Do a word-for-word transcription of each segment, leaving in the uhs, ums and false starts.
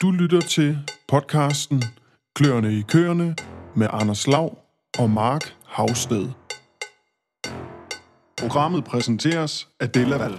Du lytter til podcasten Kløerne i køerne med Anders Lav og Mark Havsted. Programmet præsenteres af Della Val.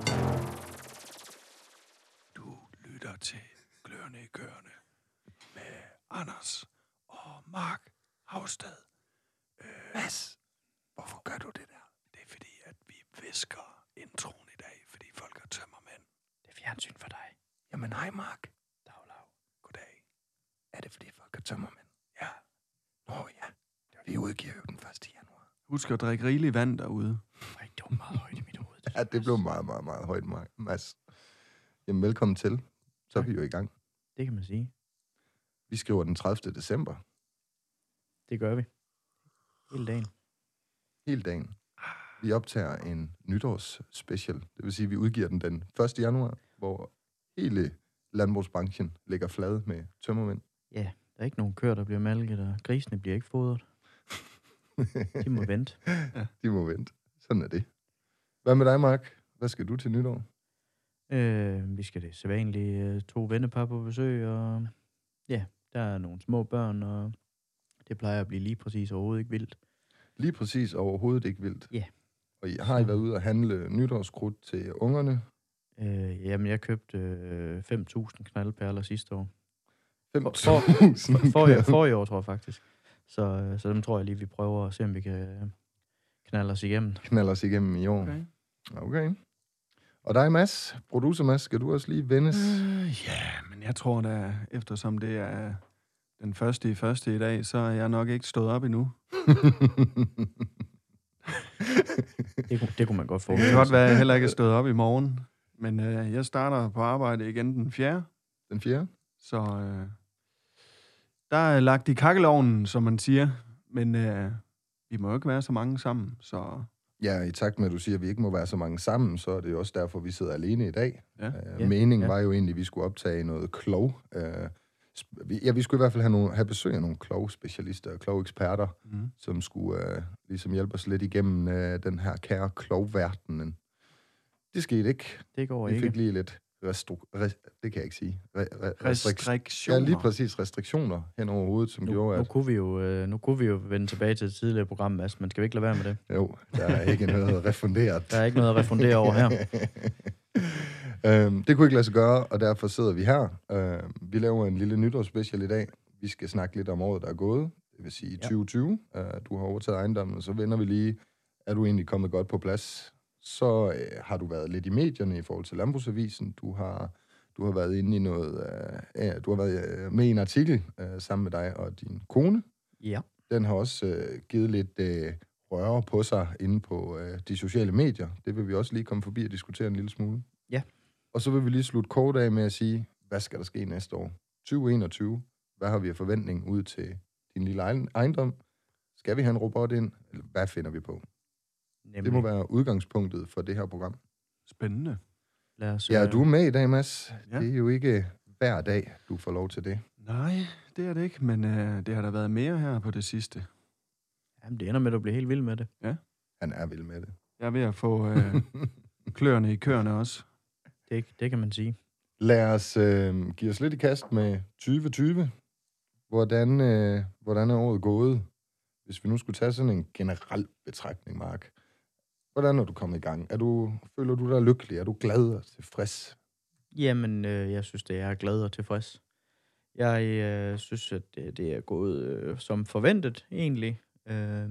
Du lytter til Kløerne i køerne med Anders og Mark Havsted. Øh, Mads, hvorfor gør du det der? Det er fordi, at vi visker introen i dag, fordi folk har tømmermænd. Det er fjernsyn for dig. Jamen hej Mark. Dag, dag. Goddag. Er det fordi, folk har tømmermænd? Ja. Nå ja. Vi udgiver jo den første januar. Husk at drikke rigeligt vand derude. Ej, det var meget højt i mit hoved. Ja, det blev meget, meget, meget højt, Mads. Jamen, velkommen til. Så er vi jo i gang. Det kan man sige. Vi skriver den tredivte december. Det gør vi. Hele dagen. Hele dagen. Vi optager en nytårsspecial. Det vil sige, at vi udgiver den den første januar, hvor hele landbrugsbranchen ligger flad med tømmermænd. Ja, der er ikke nogen køer, der bliver malket, og grisene bliver ikke fodret. De må vente. Ja, de må vente. Sådan er det. Hvad med dig, Mark? Hvad skal du til nytår? Øh, vi skal det sædvanlige to vennepar på besøg, og ja, der er nogle små børn, og det plejer at blive lige præcis overhovedet ikke vildt. Lige præcis overhovedet ikke vildt? Ja. Og I har I været ude og handle nytårskrudt til ungerne? Øh, jamen, jeg købte øh, fem tusind knaldperler sidste år. fem tusind? For, for, for, for i år, tror jeg faktisk. Så, så dem tror jeg lige, vi prøver at se, om vi kan knalde os igennem. Knalde os igennem i år. Okay. Okay. Og dig, Mads, producer Mads, skal du også lige vendes? Øh, ja, men jeg tror da, eftersom det er den første i første i dag, så er jeg nok ikke stået op endnu. det, kunne, det kunne man godt få. Det kan godt være, at jeg heller ikke er stået op i morgen. Men øh, jeg starter på arbejde igen den fjerde. Den fjerde? Så øh, der er lagt i kakkelovnen, som man siger. Men øh, vi må jo ikke være så mange sammen, så... Ja, i takt med, at du siger, at vi ikke må være så mange sammen, så er det jo også derfor, vi sidder alene i dag. Ja. Uh, ja, meningen ja. var jo egentlig, at vi skulle optage noget klog. Uh, ja, vi skulle i hvert fald have, nogle, have besøg af nogle klog-specialister og klog-eksperter, mm. som skulle uh, ligesom hjælpe os lidt igennem uh, den her kære klog-verdenen. Det skete ikke. Det går vi ikke. Vi fik lige lidt restru- re- det kan jeg ikke sige. Re- re- restriktioner. Ja, lige præcis restriktioner hen over hovedet, som nu, gjorde, nu at... kunne vi jo, øh, nu kunne vi jo vende tilbage til det tidligere program, Mads, men skal vi ikke lade være med det? Jo, der er ikke noget refunderet. Der er ikke noget at refundere over her. øhm, det kunne ikke lade sig gøre, og derfor sidder vi her. Øhm, vi laver en lille nytårsspecial i dag. Vi skal snakke lidt om året, der er gået. Det vil sige ja. tyve tyve. Øh, du har overtaget ejendommen, og så vender vi lige, er du egentlig kommet godt på plads? Så øh, har du været lidt i medierne i forhold til Landbrugsavisen. Du har, du har været inde i noget... Øh, øh, du har været øh, med i en artikel øh, sammen med dig og din kone. Ja. Den har også øh, givet lidt øh, røre på sig inde på øh, de sociale medier. Det vil vi også lige komme forbi og diskutere en lille smule. Ja. Og så vil vi lige slutte kort af med at sige, hvad skal der ske næste år? tyve enogtyve. Hvad har vi af forventning ud til din lille ejendom? Skal vi have en robot ind? Eller hvad finder vi på? Nemlig. Det må være udgangspunktet for det her program. Spændende. Lad os, Ja, du er med i dag, Mads. Ja. Det er jo ikke hver dag, du får lov til det. Nej, det er det ikke, men øh, det har der været mere her på det sidste. Jamen, det ender med, at du bliver helt vild med det. Ja. Han er vild med det. Jeg er ved at få øh, kløerne i køerne også. Det, det kan man sige. Lad os øh, give os lidt i kast med tyve tyve. Hvordan, øh, hvordan er året gået? Hvis vi nu skulle tage sådan en generel betragtning, Mark. Hvordan er du kommet i gang? Er du, føler du dig lykkelig? Er du glad og tilfreds? Jamen, øh, jeg synes, det er glad og tilfreds. Jeg øh, synes, at det, det er gået øh, som forventet, egentlig. Øh,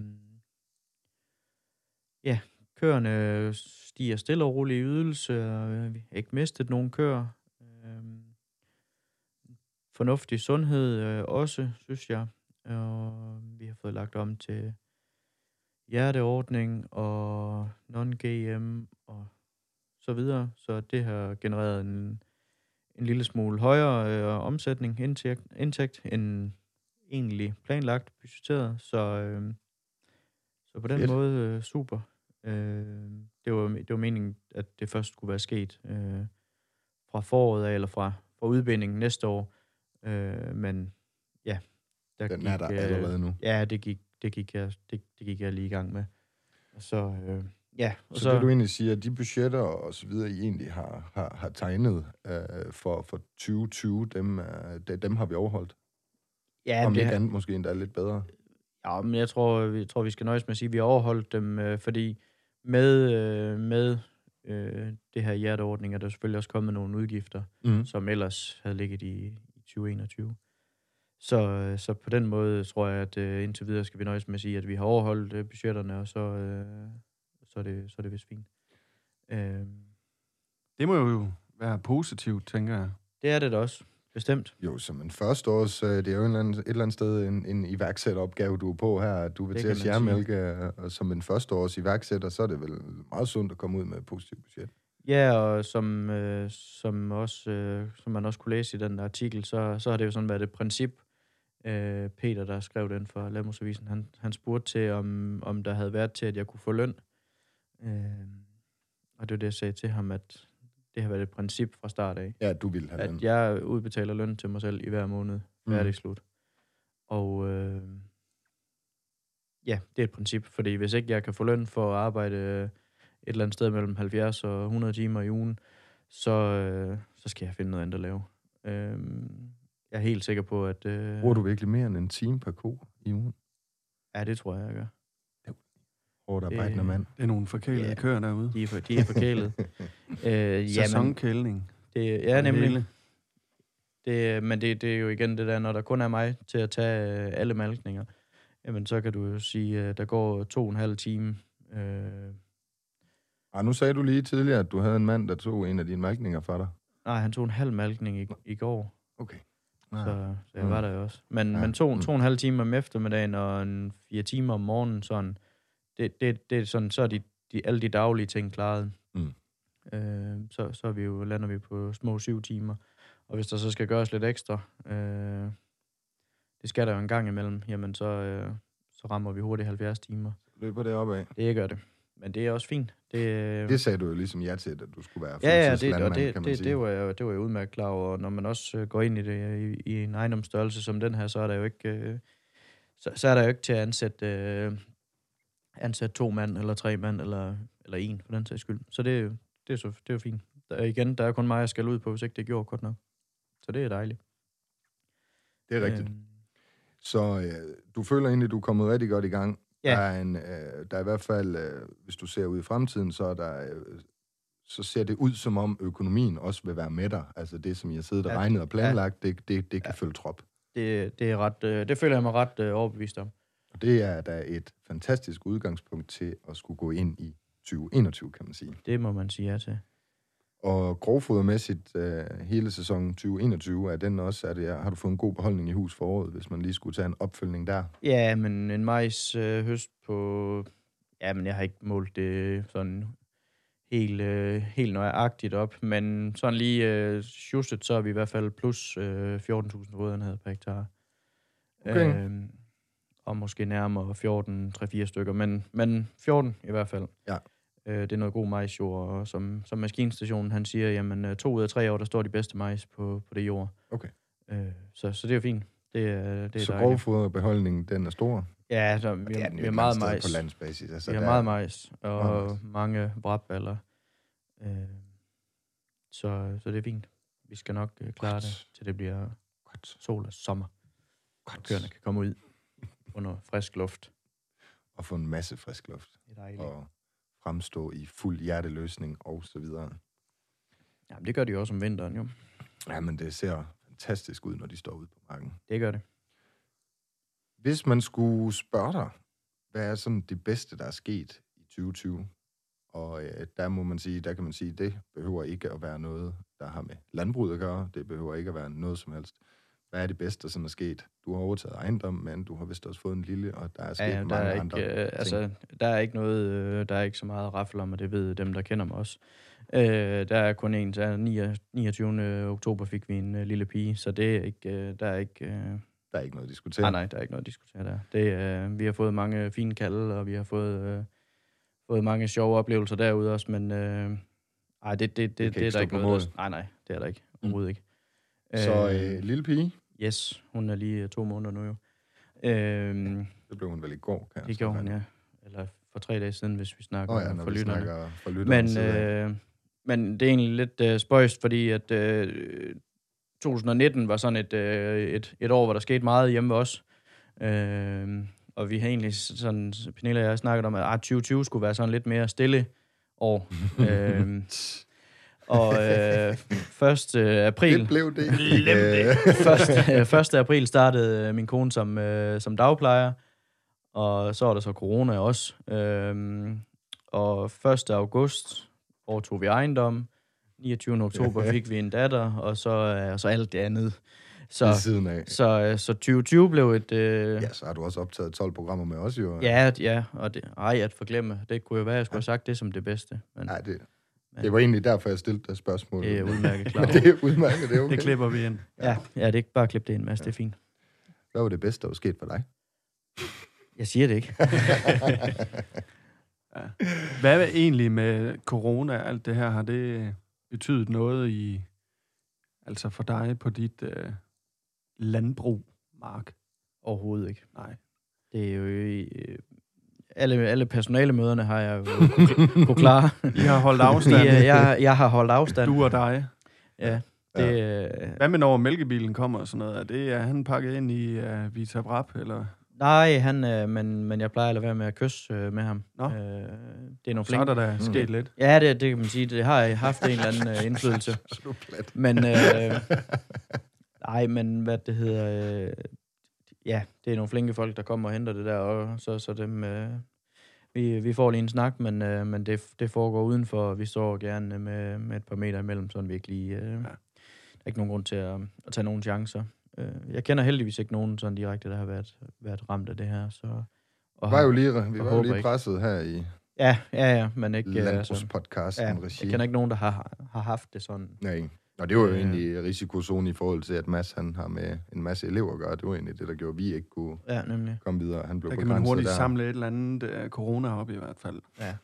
ja, køerne stiger stille og roligt i ydelse, og vi har ikke mistet nogen køer. Øh, fornuftig sundhed øh, også, synes jeg. Og vi har fået lagt om til hjerteordning og non-G M og så videre. Så det har genereret en, en lille smule højere øh, omsætning, indtægt, indtægt end egentlig planlagt, budgetteret. Så, øh, så på den Fedt. måde øh, super. Øh, det, var, det var meningen, at det først skulle være sket øh, fra foråret af, eller fra, fra udbindingen næste år. Øh, men ja, der Den gik, er der allerede nu. Ja, det gik, det, gik jeg, det, det gik jeg lige i gang med. Og så, øh, Ja, og så, så det du egentlig siger, at de budgetter og så videre, I egentlig har, har, har tegnet øh, for, for tyve tyve, dem, øh, dem har vi overholdt. Ja, Om det ikke har... andet måske endda lidt bedre. Ja, men jeg tror, jeg tror, vi skal nøjes med at sige, at vi har overholdt dem, øh, fordi med, øh, med øh, det her hjerteordning er der selvfølgelig også kommet nogle udgifter, Mm. som ellers havde ligget i, i tyve enogtyve. Så, så på den måde tror jeg, at øh, indtil videre skal vi nøjes med at sige, at vi har overholdt øh, budgetterne, og så, øh, så, er det, så er det vist fint. Øh, Det må jo være positivt, tænker jeg. det er det da også, bestemt. Jo, som en første års, øh, det er jo en eller anden, et eller andet sted en, en iværksætteropgave, du er på her, at du vil Det til kan at man skærmælke, og som en første års iværksætter, så er det vel meget sundt at komme ud med et positivt budget. Ja, og som, øh, som, også, øh, som man også kunne læse i den artikel, så, så har det jo sådan været et princip. Øh, Peter, der skrev den for Landbrugsavisen, han, han spurgte til, om, om der havde været til, at jeg kunne få løn. Øh, og det var det, jeg sagde til ham, at det har været et princip fra start af. Ja, du vil have At den. jeg udbetaler løn til mig selv i hver måned. Færdig Mm. slut. Og øh, ja, det er et princip, fordi hvis ikke jeg kan få løn for at arbejde et eller andet sted mellem halvfjerds og hundrede timer i ugen, så, øh, så skal jeg finde noget andet at lave. Øh, jeg er helt sikker på, at... Øh, Bruger du virkelig mere end en time per ko i ugen? Ja, det tror jeg, jeg gør. Hårdt arbejdende Øh, mand. Det er nogle forkælede Ja. køer derude. De er, for, de er forkælet. øh, jamen, Sæsonkældning. det, ja, Og det nemlig. hele. Det, men det, det er jo igen det der, når der kun er mig til at tage øh, alle malkninger, jamen så kan du jo sige, at der går to og en halv time. Øh, Ah, nu sagde du lige tidligere, at du havde en mand, der tog en af dine malkninger fra dig. nej, han tog en halv malkning i, i går, Okay. så, så jeg Mm. var der jo også. Men, Ja. ja. men to, Mm. to og en halv time om eftermiddagen og en fire timer om morgenen, sådan, det, det, det er sådan, så er de, de, alle de daglige ting klaret. Mm. Øh, så så er vi jo, lander vi på små syv timer. Og hvis der så skal gøres lidt ekstra, øh, det skal der jo en gang imellem, jamen så, øh, så rammer vi hurtigt halvfjerds timer. Løber det opad. Det gør det. Men det er også fint. Det, Det sagde du jo ligesom ja til, at du skulle være ja, ja, det, fuldtidslandmand, og det, kan man det, sige. det, var jeg, det var jeg udmærket klar over. Og når man også øh, går ind i det i, i en ejendomsstørrelse som den her, så er der jo ikke, øh, så, så er der jo ikke til at ansætte, øh, ansætte to mand, eller tre mand, eller, eller en, for den sags skyld. Så det, er jo- det er så det er jo fint. Der, er igen, der er kun mig, jeg skal ud på, hvis ikke det gjorde godt nok. Så det er dejligt. Det er rigtigt. Øh, Så øh, du føler egentlig, at du er kommet rigtig godt i gang. Ja. Der er, en, øh, der er i hvert fald, øh, hvis du ser ud i fremtiden, så, er der, øh, så ser det ud som om økonomien også vil være med dig. Altså det, som I har siddet og Ja. regnet og planlagt, det, det, det kan Ja. følge trop. det, det, er ret, øh, det føler jeg mig ret øh, overbevist om. Og det er da et fantastisk udgangspunkt til at skulle gå ind i tyve enogtyve, kan man sige. Det må man sige ja til. Og grovfodermæssigt øh, hele sæsonen tyve enogtyve, er den også, er det, har du fået en god beholdning i hus for året, hvis man lige skulle tage en opfølgning der? Ja, men en majs øh, høst på... Ja, men jeg har ikke målt det sådan helt, øh, helt nøjagtigt op, men sådan lige øh, justet, så er vi i hvert fald plus øh, fjorten tusind foderenheder per hektar. Okay. Øh, og måske nærmere fjorten, tre fire stykker, men, men fjorten i hvert fald. Ja. Øh, det er noget god majsjord, og som, som maskinstationen han siger, jamen øh, to ud af tre år, der står de bedste majs på, på det jord. Okay. Øh, så, så det er jo fint. Det er, det er Så dejligt. grovfoderbeholdningen, den er stor? Ja, så vi, Det er har, den vi jo har et meget eller andet sted majs. på landsbasis. Altså, Vi har der- meget majs, og Meget majs. mange brætballer. Øh, så, så det er fint. Vi skal nok øh, klare Godt. det, til det bliver Godt. sol og sommer. Og Godt. køerne kan komme ud under frisk luft. Og få en masse frisk luft. Det er dejligt. Og fremstå i fuld hjerteløsning og så videre. Jamen, det gør de jo også om vinteren, jo. Ja, men det ser fantastisk ud, når de står ude på marken. Det gør det. Hvis man skulle spørge dig, hvad er sådan det bedste, der er sket i tyve tyve? Og øh, der må man sige, der kan man sige, det behøver ikke at være noget, der har med landbruget at gøre. Det behøver ikke at være noget som helst. Hvad er det bedste, der sådan er sket? Du har overtaget ejendom, men du har vist også fået en lille, og der er sket Ja, ja, der, mange er andre ikke, øh, ting. altså, der er ikke noget, øh, der er ikke så meget raffel om, og det ved dem, der kender mig også. Øh, der er kun en, der er niogtyvende oktober fik vi en øh, lille pige, så det er ikke, øh, der er ikke... Øh, Der er ikke noget at diskutere. Nej, nej, der er ikke noget at diskutere der. Det, øh, vi har fået mange fine kalde, og vi har fået, øh, fået mange sjove oplevelser derude også, men øh, ej, det, det, det, det, kan det er ikke der stå ikke på noget. mål. Der, nej, nej, det er der ikke. Mm. Overhovedet ikke. Så øh, lille pige, Yes, hun er lige to måneder nu jo. Øh, det blev hun vel i går, kan jeg det så gjorde hun, regne. ja. Eller for tre dage siden, hvis vi snakker Åh oh ja, når for vi lytterne. snakker for lytterne. Men, øh, men det er egentlig lidt øh, spøjst, fordi at øh, to tusind nitten var sådan et, øh, et, et år, hvor der skete meget hjemme ved os. Øh, og vi har egentlig sådan, Pernille og jeg snakket om, at ah, tyve tyve skulle være sådan lidt mere stille år. øh, og øh, første april... Det blev det. første, første april startede min kone som, øh, som dagplejer, og så var der så corona også. Øhm, og første august overtog vi ejendom. niogtyvende oktober fik vi en datter, og så, øh, så alt det andet. Så, siden af. så, så tyve tyve blev et... Øh, Ja, så har du også optaget tolv programmer med os jo. ja, ja, og det, ej, at forglemme. Det kunne jo være, at jeg skulle have sagt det som det bedste. Men, Nej, det, det var egentlig derfor, jeg stillede det spørgsmål. det er udmærket klar Men over. det er udmærket, det er okay. Det klipper vi ind. Ja, ja, det er ikke bare at klippe det ind, Mads. Det er fint. Hvad var det bedste, der var sket for dig? Jeg siger det ikke. Ja. Hvad er egentlig med corona og alt det her? Har det betydet noget i, altså for dig på dit øh, landbrug, Mark? Overhovedet ikke. Nej. Det er jo... Øh, alle, alle personalemøderne har jeg jo kunne, kunne klare. I har holdt afstand. Fordi, øh, jeg, jeg har holdt afstand. Du og dig. Ja. Det, øh, Hvad med når mælkebilen kommer og sådan noget? Er det er han pakket ind i uh, Vita Brap, eller? nej, han, øh, men, men jeg plejer at lade være med at kysse øh, med ham. Nå. Øh, det er nogle Så er flinke. der da sket lidt. Ja, det, det kan man sige. Det har haft en eller anden øh, indflydelse. Så er du plat. Men, øh, nej, men hvad det hedder... Øh, ja, det er nogle flinke folk, der kommer og henter det der, og så, så dem... Øh, vi, vi får lige en snak, men, øh, men det, det foregår udenfor. Vi står gerne med, med et par meter imellem, sådan vi ikke lige... Øh, ja. Der er ikke nogen grund til at, at tage nogen chancer. Øh, jeg kender heldigvis ikke nogen sådan direkte, der har været, været ramt af det her. Så, og Vi var jo lige, vi var jo håber lige ikke. presset her i Ja, ja, ja, men ikke... øh, altså, landbrugspodcasten ja, regi. jeg kender ikke nogen, der har, har haft det sådan. Nej. Og det var jo Øh. egentlig risikozone i forhold til, at Mads han har med en masse elever at gøre. Det var egentlig det, der gjorde, at vi ikke kunne Ja, nemlig. komme videre. Han blev Der kan man begrænset hurtigt der. samle et eller andet uh, corona op i hvert fald. Ja.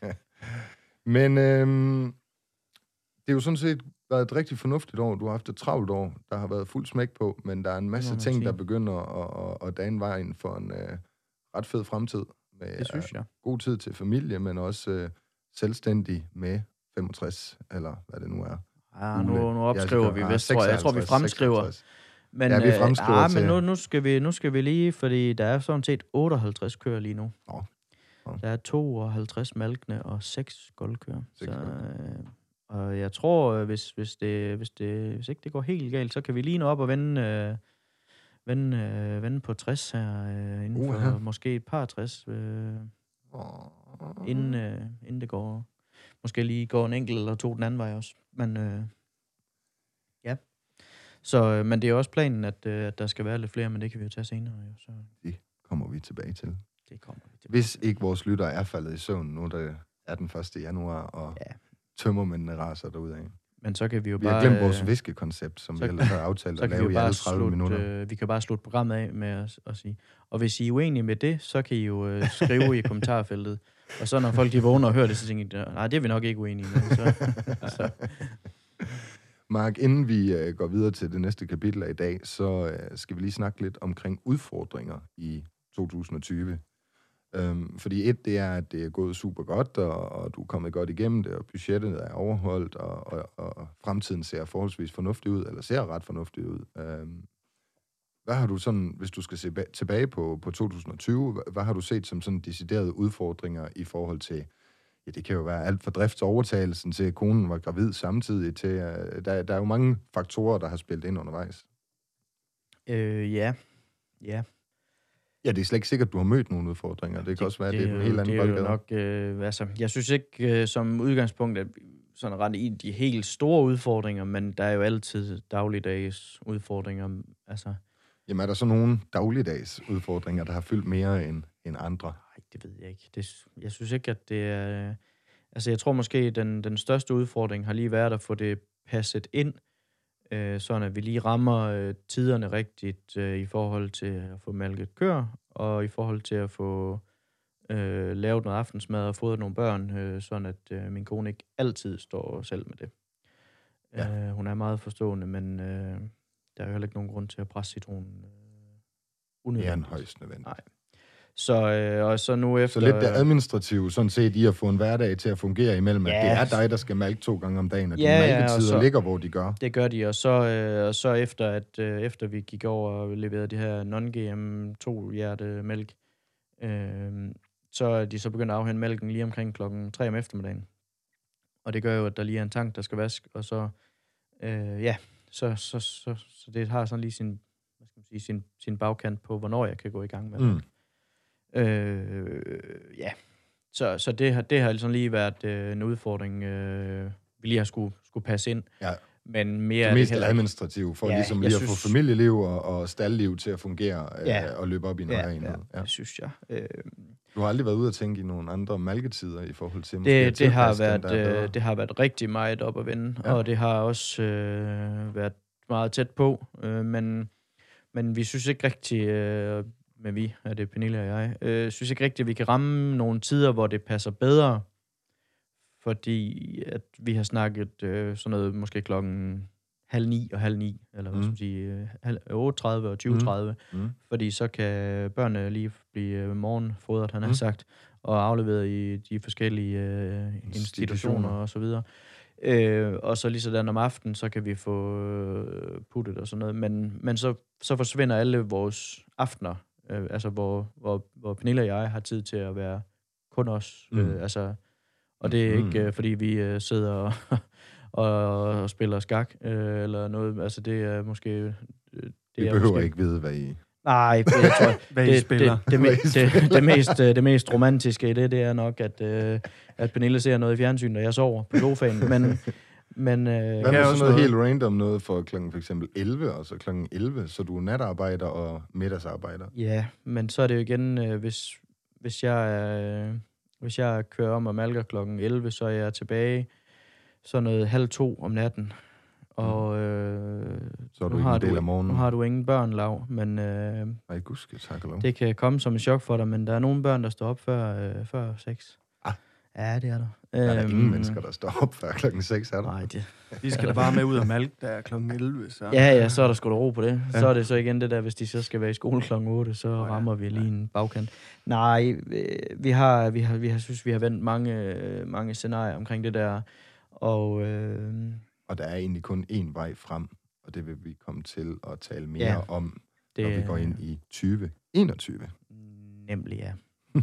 Men øhm, det er jo sådan set været et rigtig fornuftigt år. Du har haft et travlt år. Der har været fuld smæk på, men der er en masse man ting, sige. der begynder at, at, at dane vejen for en øh, ret fed fremtid. Med Det synes jeg. øh, god tid til familie, men også øh, selvstændig med femogtres, eller hvad det nu er. Ja, nu, Ule. nu opskriver Ja, vi ah, vist, tror jeg. Jeg tror, vi seksoghalvtreds, fremskriver. seksoghalvtreds. Men, Ja, vi øh, fremskriver ah, til- men nu, nu, skal vi, nu skal vi lige, fordi der er sådan set otteoghalvtreds køer lige nu. Nå. Nå. Der er tooghalvtreds malkende og seks goldkøer. Seks Så, goldkøer. øh, og jeg tror, øh, hvis, hvis, det, hvis, det, hvis ikke det går helt galt, så kan vi lige nå op og vende, øh, vende, øh, vende på tres her, øh, inden for Uha. måske et par tres, øh, Åh. inden, øh, inden det går. Måske lige går en enkelt eller to den anden vej også. Men øh, ja. Så, øh, men det er også planen, at, øh, at der skal være lidt flere, men det kan vi jo tage senere. Jo, så Det kommer vi tilbage til. det kommer vi til. Hvis ikke vores lyttere er faldet i søvn nu, der er den første januar, og Ja. tømmermændene raser derudad. Men så kan vi jo Vi bare... har glemt vores øh, viskekoncept, som så- vi ellers havde aftalt så at kan vi lave jo i bare alle tredive minutter. slutte, øh, vi kan bare slutte programmet af med at, at sige. Og hvis I er uenige med det, så kan I jo øh, skrive i kommentarfeltet. Og så når folk de vågner og hører det, så tænker de, nej, det er vi nok ikke uenige med. Så, så. Mark, inden vi øh, går videre til det næste kapitel af i dag, så øh, skal vi lige snakke lidt omkring udfordringer i to tusind og tyve. Øhm, fordi et, det er, at det er gået super godt, og, og du er kommet godt igennem det, og budgettet er overholdt, og, og, og fremtiden ser forholdsvis fornuftig ud, eller ser ret fornuftig ud. Øhm, hvad har du sådan, hvis du skal se ba- tilbage på, på to tusind og tyve, hvad, hvad har du set som sådan deciderede udfordringer i forhold til, ja, det kan jo være alt fra driftsovertagelsen til, at konen var gravid samtidig til, uh, der, der er jo mange faktorer, der har spillet ind undervejs. Øh, ja. Ja. Ja, det er slet ikke sikkert, at du har mødt nogle udfordringer. Det, det kan også være, at det er en jo- helt anden det er jo boldgade. nok, øh, altså, jeg synes ikke øh, som udgangspunkt, at vi sådan ret i de helt store udfordringer, men der er jo altid dagligdags udfordringer. Altså, Jamen, er der så nogle dagligdags udfordringer, der har fyldt mere end, end andre? nej, det ved jeg ikke. Det, jeg synes ikke, at det er... Altså, jeg tror måske, den, den største udfordring har lige været at få det passet ind, øh, sådan at vi lige rammer øh, tiderne rigtigt øh, i forhold til at få malket køer, og i forhold til at få øh, lavet noget aftensmad og fået nogle børn, øh, sådan at øh, min kone ikke altid står selv med det. Ja. Øh, hun er meget forstående, men øh, der er jo heller ikke nogen grund til at presse citronen øh, Mere end unødvendigt. højst nødvendigt. Nej. Så, øh, og så nu efter... Så lidt det administrative, sådan set, i at få en hverdag til at fungere imellem, ja. at det er dig, der skal malke to gange om dagen, og ja, dine malketider ja, så, ligger, hvor de gør. Det gør de, og så, øh, og så efter, at, øh, efter vi gik over og leverede det her non-G M to-hjerte mælk, øh, så er de så begyndt at afhente mælken lige omkring klokken tre om eftermiddagen. Og det gør jo, at der lige er en tank, der skal vaske, og så, øh, ja, så, så, så, så det har sådan lige sin, hvad skal man sige, sin, sin bagkant på, hvornår jeg kan gå i gang med Mm. Øh, ja, så, så det, har, det har altså lige været øh, en udfordring, øh, vi lige har skulle, skulle passe ind. Ja. Men mere det mest administrative, for ja, ligesom lige at synes... få familieliv og, og staldliv til at fungere ja. øh, og løbe op i noget ja, enhed. Ja, det synes jeg. Øh, du har aldrig været ude og tænke i nogle andre malketider i forhold til... Det, det, har, været, øh, det har været rigtig meget op at vende, ja. og det har også øh, været meget tæt på, øh, men, men vi synes ikke rigtig... Øh, men vi, er det Pernille og jeg, øh, synes ikke rigtigt, at vi kan ramme nogle tider, hvor det passer bedre, fordi at vi har snakket øh, sådan noget, måske klokken halv ni og halv ni, eller hvad mm. skal man sige, halv, otte tredive og tyve tredive, mm. mm. fordi så kan børnene lige blive morgenfodret, han har mm. sagt, og afleveret i de forskellige øh, institutioner og så videre. Øh, og så lige sådan om aftenen, så kan vi få øh, puttet og sådan noget, men, men så, så forsvinder alle vores aftener, Øh, altså, hvor, hvor, hvor Pernille og jeg har tid til at være kun os. Mm. Øh, altså, og det er ikke, øh, fordi vi øh, sidder og, og, og spiller skak, øh, eller noget. Altså, det er måske... Øh, det vi er behøver måske... ikke vide, hvad I... Nej, det, jeg tror, hvad I det, spiller. Det, det, det, det, det, mest, det mest romantiske i det, det er nok, at, øh, at Pernille ser noget i fjernsynet, og jeg sover på sofaen. Men... Men, øh, Hvad med sådan noget, noget helt random noget for klokken for eksempel elleve, og så klokken elleve, så du er natarbejder og middagsarbejder? Ja, men så er det jo igen, øh, hvis, hvis, jeg, øh, hvis jeg kører om og malker klokken elleve, så er jeg tilbage så noget halv to om natten. Og øh, så er du ikke en del af morgenen. Nu har du ingen børn, Lav, men øh, Ej, gudske, tak og lov. Det kan komme som et chok for dig, men der er nogle børn, der står op før, øh, før seks. Ah. Ja, det er der. Der er øhm, ingen mennesker, der står op før klokken seks, er der? Nej, det... De skal da bare med ud og malke der klokken elleve, så... Ja, ja, så er der sgu da ro på det. Ja. Så er det så igen det der, hvis de så skal være i skole klokken otte, så oh, ja. rammer vi lige en bagkant. Nej, vi har, vi har, vi har, synes, vi har vendt mange, mange scenarier omkring det der, og... Øh... Og der er egentlig kun én vej frem, og det vil vi komme til at tale mere ja, om, det... når vi går ind i tyve enogtyve. Nemlig, ja.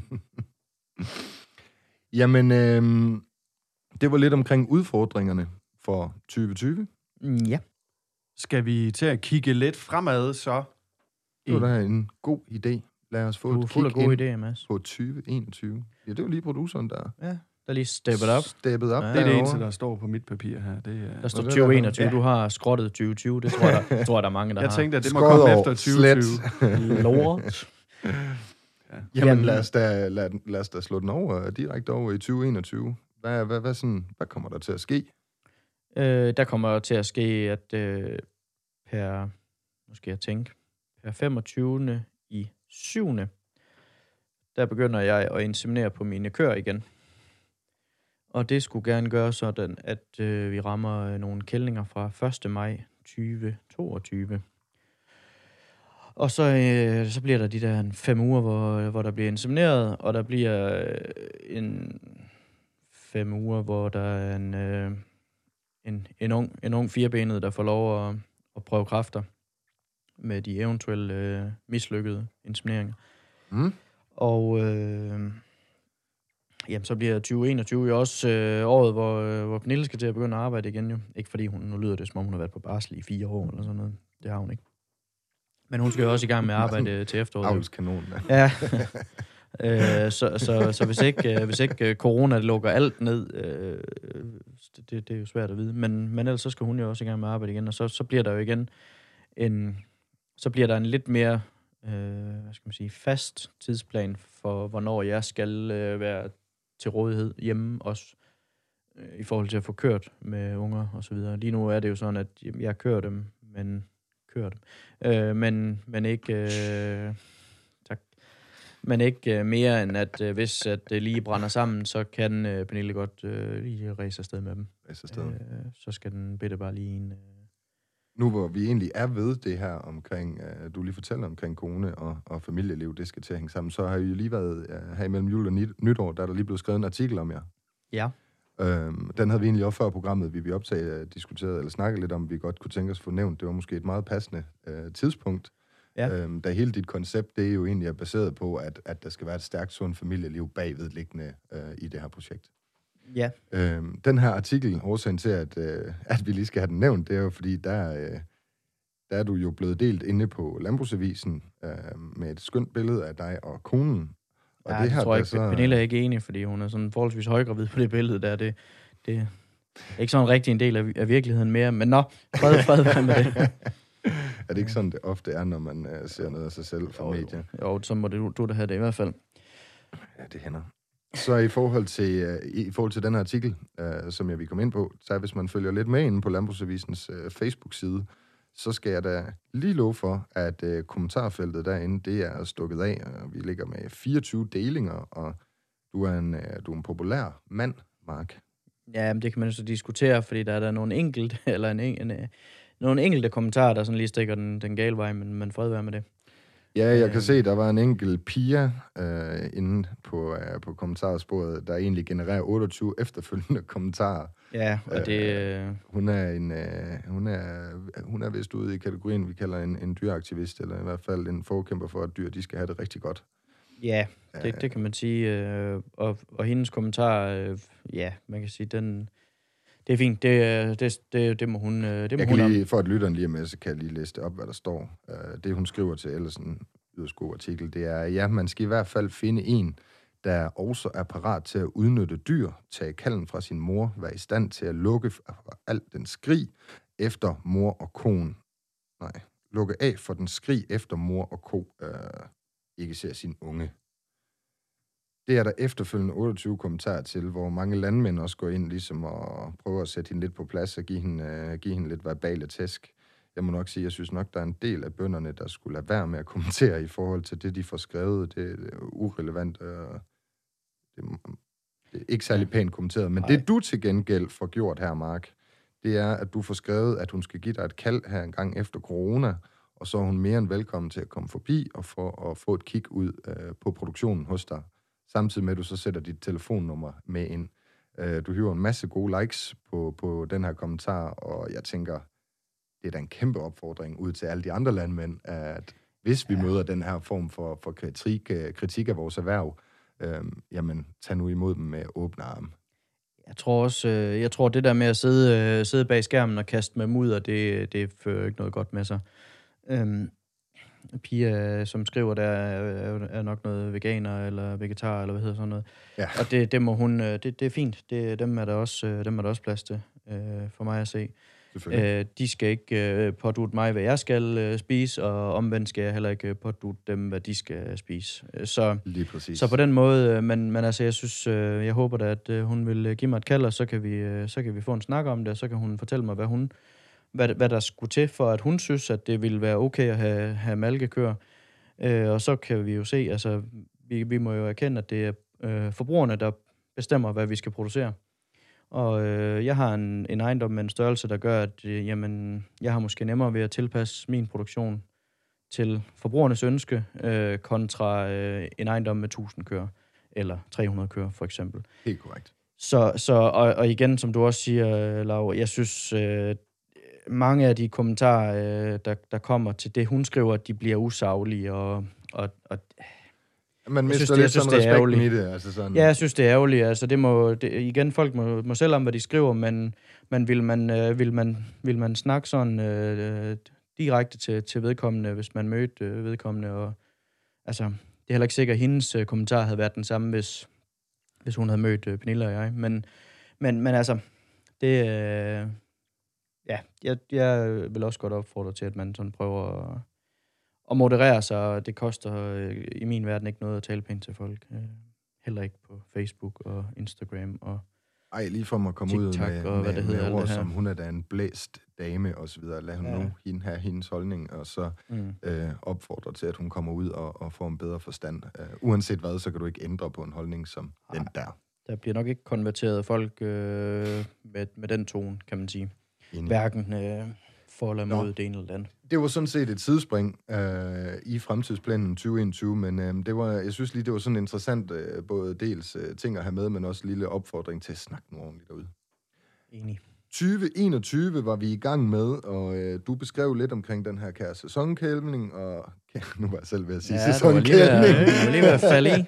Jamen, øh, det var lidt omkring udfordringerne for tyve tyve. Ja. Skal vi til at kigge lidt fremad, så? Det var da en god idé. Lad os få du et kig ind idé, Mads. på tyve enogtyve. Ja, det var lige produceren, der... Ja, der lige steppet op. Steppet op. Ja, det er det eneste, der står på mit papir her. Det er... Der står tyve enogtyve. Ja. Du har skrottet tyve tyve. Det tror jeg, der, tror jeg, der er mange, der jeg har. Jeg tænkte, at det må Skåret komme efter tyve tyve. Lort. Ja. Jamen, lad os, da, lad, lad os da slå den over, direkte over i tyve enogtyve. Hvad, hvad, hvad, sådan, hvad kommer der til at ske? Øh, der kommer til at ske, at øh, per, nu skal jeg tænke, per femogtyvende i syvende der begynder jeg at inseminere på mine køer igen. Og det skulle gerne gøre sådan, at øh, vi rammer nogle kællinger fra første maj tyve toogtyve. Og så, øh, så bliver der de der fem uger, hvor, hvor der bliver insemineret, og der bliver øh, en fem uger, hvor der er en, øh, en, en, ung, en ung firebenet, der får lov at, at prøve kræfter med de eventuelle øh, mislykkede insemineringer. Mm. Og øh, jamen, så bliver tyve enogtyve jo også øh, året, hvor, øh, hvor Pernille skal til at begynde at arbejde igen jo. Ikke fordi hun, nu lyder det, som om hun har været på barsel i fire år eller sådan noget. Det har hun ikke. Men hun skal jo også i gang med at arbejde til efteråret. Avlskanon, ja. øh, så, så, så hvis ikke, øh, hvis ikke øh, corona lukker alt ned, øh, det, det er jo svært at vide. Men, men ellers så skal hun jo også i gang med at arbejde igen, og så, så bliver der jo igen en, så bliver der en lidt mere øh, hvad skal man sige, fast tidsplan for, hvornår jeg skal øh, være til rådighed hjemme også, øh, i forhold til at få kørt med unger og så videre. Lige nu er det jo sådan, at jeg kører dem, men kører dem, øh, men, men ikke øh, tak, men ikke øh, mere end at øh, hvis at det lige brænder sammen, så kan øh, Pernille godt øh, lige ræse afsted med dem. Ræse afsted. Øh, så skal den bitte bare lige en, øh, nu hvor vi egentlig er ved det her omkring, uh, du lige fortæller omkring kone og, og familieliv, det skal til at hænge sammen, så har I jo lige været uh, her imellem jul og nytår, der er der lige blevet skrevet en artikel om jer. Ja. Øhm, den havde vi egentlig også før programmet, vi vi optaget, diskuteret eller snakket lidt om, vi godt kunne tænke os at få nævnt. Det var måske et meget passende øh, tidspunkt. Ja. Øhm, da hele dit koncept, det er jo egentlig er baseret på, at, at der skal være et stærkt, sundt familieliv bagvedliggende øh, i det her projekt. Ja. Øhm, den her artikel, årsagen til, at, øh, at vi lige skal have den nævnt, det er jo fordi, der, øh, der er du jo blevet delt inde på Landbrugsavisen øh, med et skønt billede af dig og konen. Og ja, det, det her, tror jeg så... ikke. Pernille er ikke enig, fordi hun er sådan forholdsvis højgravid på det billede der. Det, det er ikke sådan rigtig en del af, af virkeligheden mere. Men nå, fred, fred med det. Er det ikke sådan, det ofte er, når man uh, ser noget af sig selv fra medier? Jo, jo, så må det, du, du da have det i hvert fald. Ja, det hænder. Så i forhold til, uh, i forhold til den her artikel, uh, som jeg vil komme ind på, så hvis man følger lidt med inde på Landbrugsavisens uh, Facebook-side, så skal jeg da lige love for, at uh, kommentarfeltet derinde, det er stukket af. Og vi ligger med fireogtyve delinger, og du er en, uh, du er en populær mand, Mark. Ja, men det kan man jo så diskutere, fordi der er der nogle enkelte, eller en, en, en, nogle enkelte kommentarer, der sådan lige stikker den, den gale vej, men man fred være med det. Ja, jeg kan se, der var en enkelt Pia øh, inde på, øh, på kommentarsporet, der egentlig genererer otteogtyve efterfølgende kommentarer. Ja, og det... Øh, hun er en, øh, hun er, hun er vist ude i kategorien, vi kalder en, en dyreaktivist, eller i hvert fald en forkæmper for, at dyr, de skal have det rigtig godt. Ja, det, det kan man sige. Øh, og, og hendes kommentar, øh, ja, man kan sige, den... Det er fint, det, det, det, det må hun det må Jeg hun kan lige, for at lytteren lige er med, så kan jeg lige læse det op, hvad der står. Uh, det, hun skriver til ellers en yderst god artikel, det er, ja, man skal i hvert fald finde en, der også er parat til at udnytte dyr, tage kalden fra sin mor, være i stand til at lukke for alt den skrig efter mor og kon. Nej, lukke af for den skrig efter mor og ko, uh, ikke ser sin unge. Det er der efterfølgende otteogtyve kommentarer til, hvor mange landmænd også går ind ligesom og prøver at sætte hende lidt på plads og give hende, uh, give hende lidt verbale tæsk. Jeg må nok sige, jeg synes nok, der er en del af bønderne, der skulle lade være med at kommentere i forhold til det, de får skrevet. Det er urelevant. Uh, det, det er ikke særlig pænt kommenteret. Men det, du til gengæld får gjort her, Mark, det er, at du får skrevet, at hun skal give dig et kald her en gang efter corona, og så er hun mere end velkommen til at komme forbi og få, og få et kig ud uh, på produktionen hos dig. Samtidig med, at du så sætter dit telefonnummer med ind. Du hiver en masse gode likes på, på den her kommentar, og jeg tænker, det er da en kæmpe opfordring ud til alle de andre landmænd, at hvis vi ja. møder den her form for, for kritik, kritik af vores erhverv, øhm, jamen, tag nu imod dem med åbne arme. Jeg tror også, jeg tror, det der med at sidde, sidde bag skærmen og kaste med mudder, det, det fører ikke noget godt med sig. Øhm. Pia, som skriver, der er, er nok noget veganer eller vegetar, eller hvad hedder sådan noget. Ja. Og det, det må hun, det, det er fint. Det, dem, er der også, dem er der også plads til, øh, for mig at se. Øh, de skal ikke øh, pådutte mig, hvad jeg skal øh, spise, og omvendt skal jeg heller ikke pådutte dem, hvad de skal spise. Så, lige præcis. Så på den måde, men, men altså, jeg synes, øh, jeg håber da, at øh, hun vil give mig et kald, og så kan vi, øh, så kan vi få en snak om det, og så kan hun fortælle mig, hvad hun Hvad, hvad der skulle til, for at hun synes, at det ville være okay at have, have malkekøer. Øh, og så kan vi jo se, altså, vi, vi må jo erkende, at det er øh, forbrugerne, der bestemmer, hvad vi skal producere. Og øh, jeg har en, en ejendom med en størrelse, der gør, at øh, jamen, jeg har måske nemmere ved at tilpasse min produktion til forbrugernes ønske, øh, kontra øh, en ejendom med tusind køer, eller tre hundrede køer, for eksempel. Helt korrekt. Så, så og, og igen, som du også siger, Laura, jeg synes... Øh, mange af de kommentarer, øh, der, der kommer til det, hun skriver, at de bliver usaglige, og... og, og man mister synes, lidt sådan respekten i det, altså sådan... Ja, jeg synes, det er ærgerligt. Altså, det må... Det, igen, folk må, må selv om, hvad de skriver, men, men vil, man, øh, vil, man, vil man snakke sådan øh, direkte til, til vedkommende, hvis man mødte øh, vedkommende, og... Altså, det er heller ikke sikkert, at hendes øh, kommentar havde været den samme, hvis, hvis hun havde mødt øh, Pernille og jeg. Men, men, men altså, det... Øh, Ja, jeg, jeg vil også godt opfordre til, at man sådan prøver at, at moderere sig. Det koster øh, i min verden ikke noget at tale pænt til folk. Øh, heller ikke på Facebook og Instagram og Ej, lige for at komme TikTok ud med, og hvad med, det hedder, med ord, det som hun er da en blæst dame og så videre. Lad hun ja. nu hende have hendes holdning, og så mm. øh, opfordre til, at hun kommer ud og, og får en bedre forstand. Uh, uanset hvad, så kan du ikke ændre på en holdning som Ej. den der. Der bliver nok ikke konverteret folk øh, med, med den tone, kan man sige. Hverken øh, folder mod det ene eller det andet. Det var sådan set et sidespring øh, i fremtidsplanen tyve enogtyve, men øh, det var, jeg synes lige, det var sådan interessant, øh, både dels øh, ting at have med, men også en lille opfordring til at snakke nu ordentligt derude. Enig. tyve enogtyve var vi i gang med, og øh, du beskrev lidt omkring den her kære sæsonkælvning, og nu var jeg selv ved at sige ja, sæsonkælvning. Ja, du var lige ved at falde i.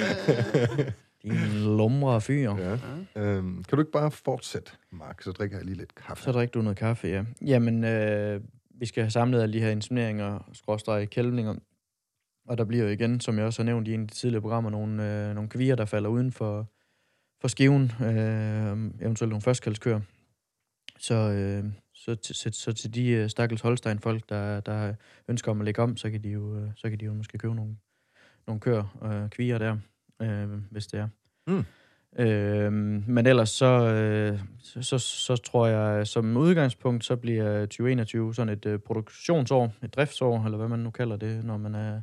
Din lumre fyr. Ja. Øhm, kan du ikke bare fortsætte, Mark, så drikker jeg lige lidt kaffe. Så drikker du noget kaffe, ja. Jamen, øh, vi skal have samlet alle de her insemineringer, skråstreg, kælvninger, og der bliver jo igen, som jeg også har nævnt i en af de tidligere programmer, nogle, øh, nogle kvier, der falder uden for, for skiven, øh, eventuelt nogle førstkaldskøer. Så, øh, så, så, så til de øh, stakkels Holstein-folk, der, der ønsker om at lægge om, så kan de jo, øh, så kan de jo måske købe nogle, nogle køer og øh, kvier der, øh, hvis det er. Mm. Øh, men ellers så, øh, så, så, så tror jeg, som udgangspunkt, så bliver tyve enogtyve sådan et øh, produktionsår, et driftsår, eller hvad man nu kalder det, når man er,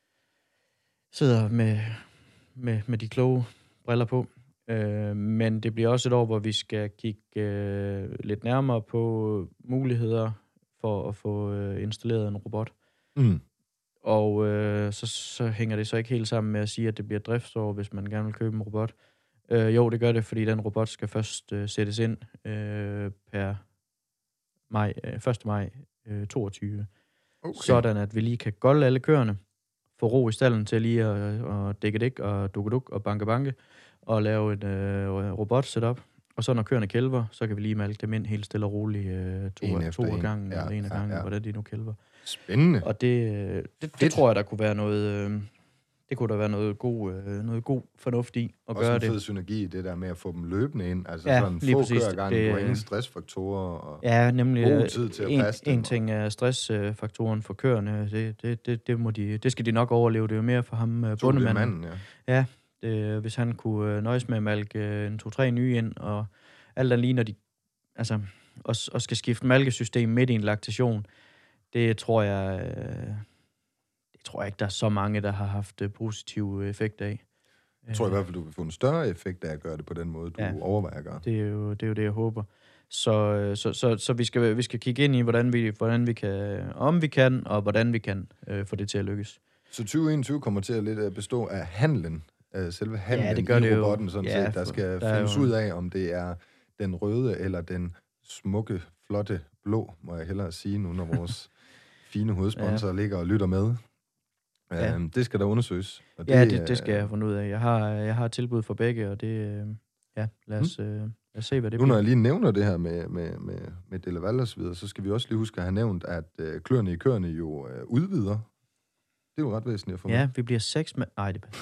sidder med, med, med de kloge briller på. Øh, men det bliver også et år, hvor vi skal kigge øh, lidt nærmere på muligheder for at få øh, installeret en robot. Mm. Og øh, så, så hænger det så ikke helt sammen med at sige, at det bliver et driftsår, hvis man gerne vil købe en robot. Øh, jo, det gør det, fordi den robot skal først øh, sættes ind øh, per maj, øh, første maj øh, toogtyve. Okay. Sådan, at vi lige kan golde alle køerne, få ro i stallen til lige at, at dække dæk og dukke og banke banke, og lave en øh, robot-setup. Og så når køerne kælver, så kan vi lige malke dem ind helt stille og roligt øh, to, af, to af gangen, ja, eller en af gangen, ja, ja. Hvordan de nu kælver. Spændende. Og det, det, det tror jeg, der kunne være noget... Øh, det kunne der være noget god, øh, noget god fornuft i at også gøre det. Også en fed det. synergi, det der med at få dem løbende ind. Altså ja, sådan få kører gang, du har ingen stressfaktorer og ja, nemlig, god tid til at passe en, dem. En ting er stressfaktoren for køerne. Det, det, det, det, må de, det skal de nok overleve. Det er jo mere for ham, bondemanden. Manden, ja. Ja, det, hvis han kunne nøjes med at malke en to-tre nye ind, og alt andet lige, når de altså, også, også skal skifte malkesystem midt i en laktation, det tror jeg... Øh, det tror jeg ikke, der er så mange, der har haft positiv effekt af. Jeg tror i hvert fald, du vil få en større effekt af at gøre det på den måde, du ja, overvejer at gøre. Det er jo det, er jo det jeg håber. Så, så, så, så vi, skal, vi skal kigge ind i, hvordan vi, hvordan vi kan, om vi kan, og hvordan vi kan øh, få det til at lykkes. Så tyve enogtyve kommer til at lidt bestå af handlen, øh, selve handlen ja, det gør i det robotten, jo. sådan Ja, set, der skal der findes jo... ud af, om det er den røde eller den smukke, flotte blå, må jeg hellere sige nu, når vores fine hovedsponsorer ja. ligger og lytter med. Ja. Øhm, det skal der undersøges. Og ja, det, det, det skal jeg finde ud af. Jeg har, jeg har tilbud for begge, og det... Ja, lad os, hmm. øh, lad os se, hvad det nu, bliver. Nu når jeg lige nævner det her med, med, med, med Delaval og så videre, så skal vi også lige huske at have nævnt, at øh, kløerne i køerne jo øh, udvider. Det er jo ret væsentligt at få med. Ja, vi bliver seks med... Nej, det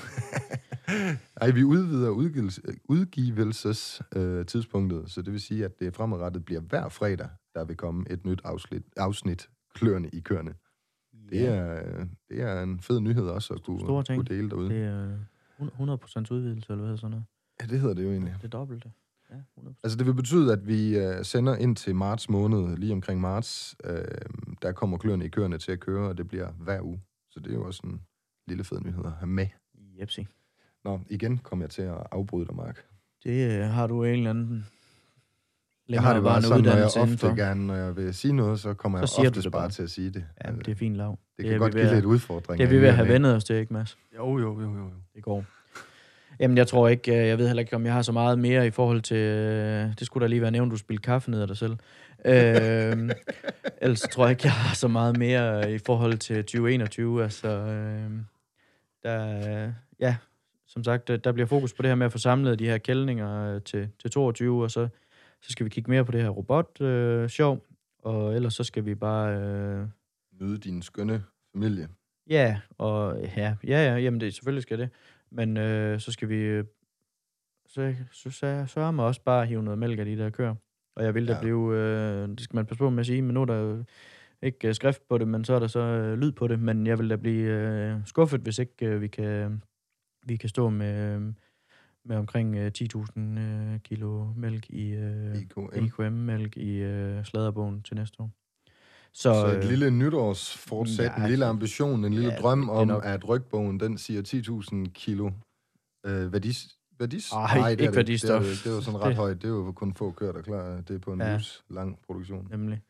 Ej, vi udvider udgivelses, udgivelses øh, tidspunktet, så det vil sige, at det fremadrettet bliver hver fredag, der vil komme et nyt afsnit, afsnit kløerne i køerne. Det er, det er en fed nyhed også at kunne, kunne dele derude. Det er hundrede procent udvidelse, eller hvad sådan noget? Ja, det hedder det jo egentlig. Det er dobbelte. Ja, hundrede procent. Altså det vil betyde, at vi uh, sender ind til marts måned, lige omkring marts, uh, der kommer kløerne i køerne til at køre, og det bliver hver uge. Så det er jo også en lille fed nyhed at have med. Jepsi. Nå, igen kommer jeg til at afbryde dig, Mark. Det uh, har du en eller anden... Jeg har det bare sådan, når jeg ofte gerne, når jeg vil sige noget, så kommer så jeg oftest bare til at sige det. Ja, det er fint lav. Det, det kan det godt give lidt udfordringer. Det er vi ved at have vendet os til, ikke Mads? Jo, jo, jo, jo. Det går. Jamen, jeg tror ikke, jeg ved heller ikke, om jeg har så meget mere i forhold til... Det skulle da lige være nævnt, du spiller kaffe ned af dig selv. øh, ellers tror jeg ikke, jeg har så meget mere i forhold til tyve enogtyve. Altså, øh, der, ja, som sagt, der bliver fokus på det her med at få samlet de her kældninger til, til toogtyve, og så Så skal vi kigge mere på det her robot-show, øh, og ellers så skal vi bare... Øh... Møde din skønne familie. Ja, og ja, ja, ja jamen det, selvfølgelig skal det. Men øh, så skal vi... Så, så, så sørger man også bare at hive noget mælk af de der køer. Og jeg vil da ja. blive... Øh, det skal man passe på med at sige, men nu er der jo ikke skrift på det, men så er der så øh, lyd på det. Men jeg vil da blive øh, skuffet, hvis ikke øh, vi, kan, vi kan stå med... Øh, med omkring øh, ti tusind øh, kilo mælk i øh, I K M-mælk i øh, sladderbogen til næste år. Så, så et øh, lille nytårsfortsæt, ja, en lille ambition, en lille ja, drøm om, nok. At rygbogen, den siger ti tusind kilo øh, værdis... værdis? Ej, Nej, ikke værdistof. Det, det, det er jo sådan ret det. højt. Det er jo kun få køer, der klarer det på en ja. livs lang produktion. Nemlig.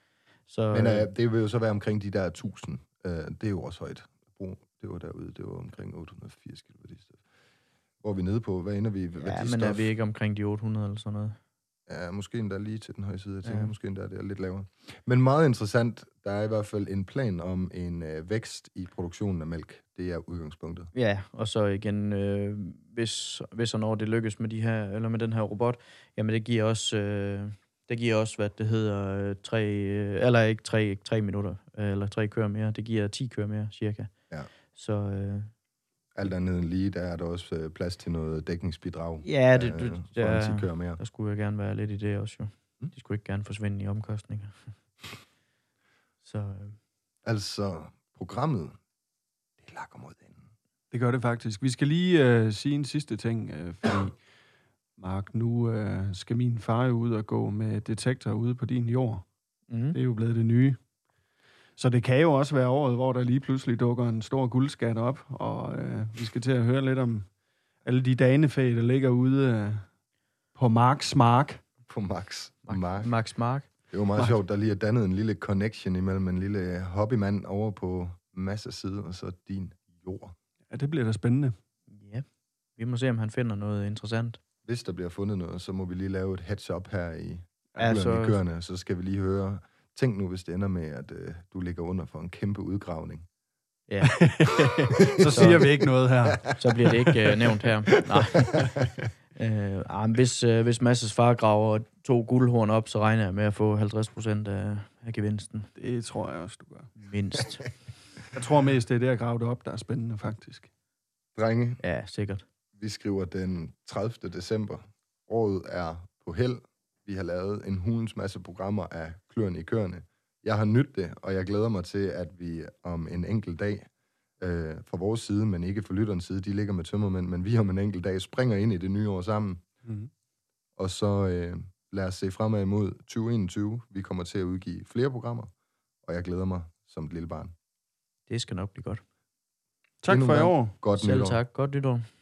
Så, Men øh, øh, det vil jo så være omkring de der tusind. Øh, det er jo også højt. Det var derude, det var omkring otte hundrede og firs kilowatt. Hvor er vi nede på? Hvad ender vi? Hvad ja, men er vi ikke omkring de otte hundrede eller sådan noget? Ja, måske endda lige til den høje side. Jeg tænker, Ja. måske endda det er lidt lavere. Men meget interessant. Der er i hvert fald en plan om en øh, vækst i produktionen af mælk. Det er udgangspunktet. Ja, og så igen, øh, hvis, hvis og når det lykkes med de her, eller med den her robot, jamen det giver også, øh, det giver også, hvad det hedder, øh, tre, øh, eller ikke tre, ikke tre minutter, øh, eller tre kører mere. Det giver ti kører mere, cirka. Ja. Så... Øh, Alt andet end lige, der er der også øh, plads til noget dækningsbidrag. ja, det, øh, det, for der, en kører mere. der skulle jeg gerne være lidt i det også, jo. Mm. De skulle ikke gerne forsvinde i omkostninger. Så... Øh, Altså, programmet, det lakker mod enden. Det gør det faktisk. Vi skal lige øh, sige en sidste ting, øh, fordi, Mark, nu øh, skal min far jo ud og gå med detektor ude på din jord. mm. Det er jo blevet det nye. Så det kan jo også være året, hvor der lige pludselig dukker en stor guldskat op, og øh, vi skal til at høre lidt om alle de danefæ, der ligger ude øh, på Marks mark. På Max. Max, Mark. Max Mark. Det var meget Mark. sjovt, der lige er dannet en lille connection imellem en lille hobbymand over på Masses side, og så din jord. Ja, det bliver da spændende. Ja, vi må se, om han finder noget interessant. Hvis der bliver fundet noget, så må vi lige lave et heads-up her i Ja, ja, så... så- i kørende, så skal vi lige høre. Tænk nu, hvis det ender med, at øh, du ligger under for en kæmpe udgravning. Ja, Så siger vi ikke noget her. så bliver det ikke øh, nævnt her. Nej. Øh, ah, men hvis, øh, hvis Masses far graver to guldhorn op, så regner jeg med at få halvtreds procent af, af gevinsten. Det tror jeg også, du gør. Mindst. Jeg tror mest, det er det at grave det op, der er spændende, faktisk. Drenge, Ja, sikkert. vi skriver den tredivte december. Året er på held. Vi har lavet en hulens masse programmer af Kløerne i Kørende. Jeg har nydt det, og jeg glæder mig til, at vi om en enkelt dag, øh, fra vores side, men ikke fra lytterens side, de ligger med tømmermænd, men vi om en enkelt dag springer ind i det nye år sammen. Mm. Og så øh, lad os se fremad imod tyve enogtyve. Vi kommer til at udgive flere programmer, og jeg glæder mig som et lille barn. Det skal nok blive godt. Tak Endnu for i en gang. år. Godt Selv nytår. tak. Godt nytår.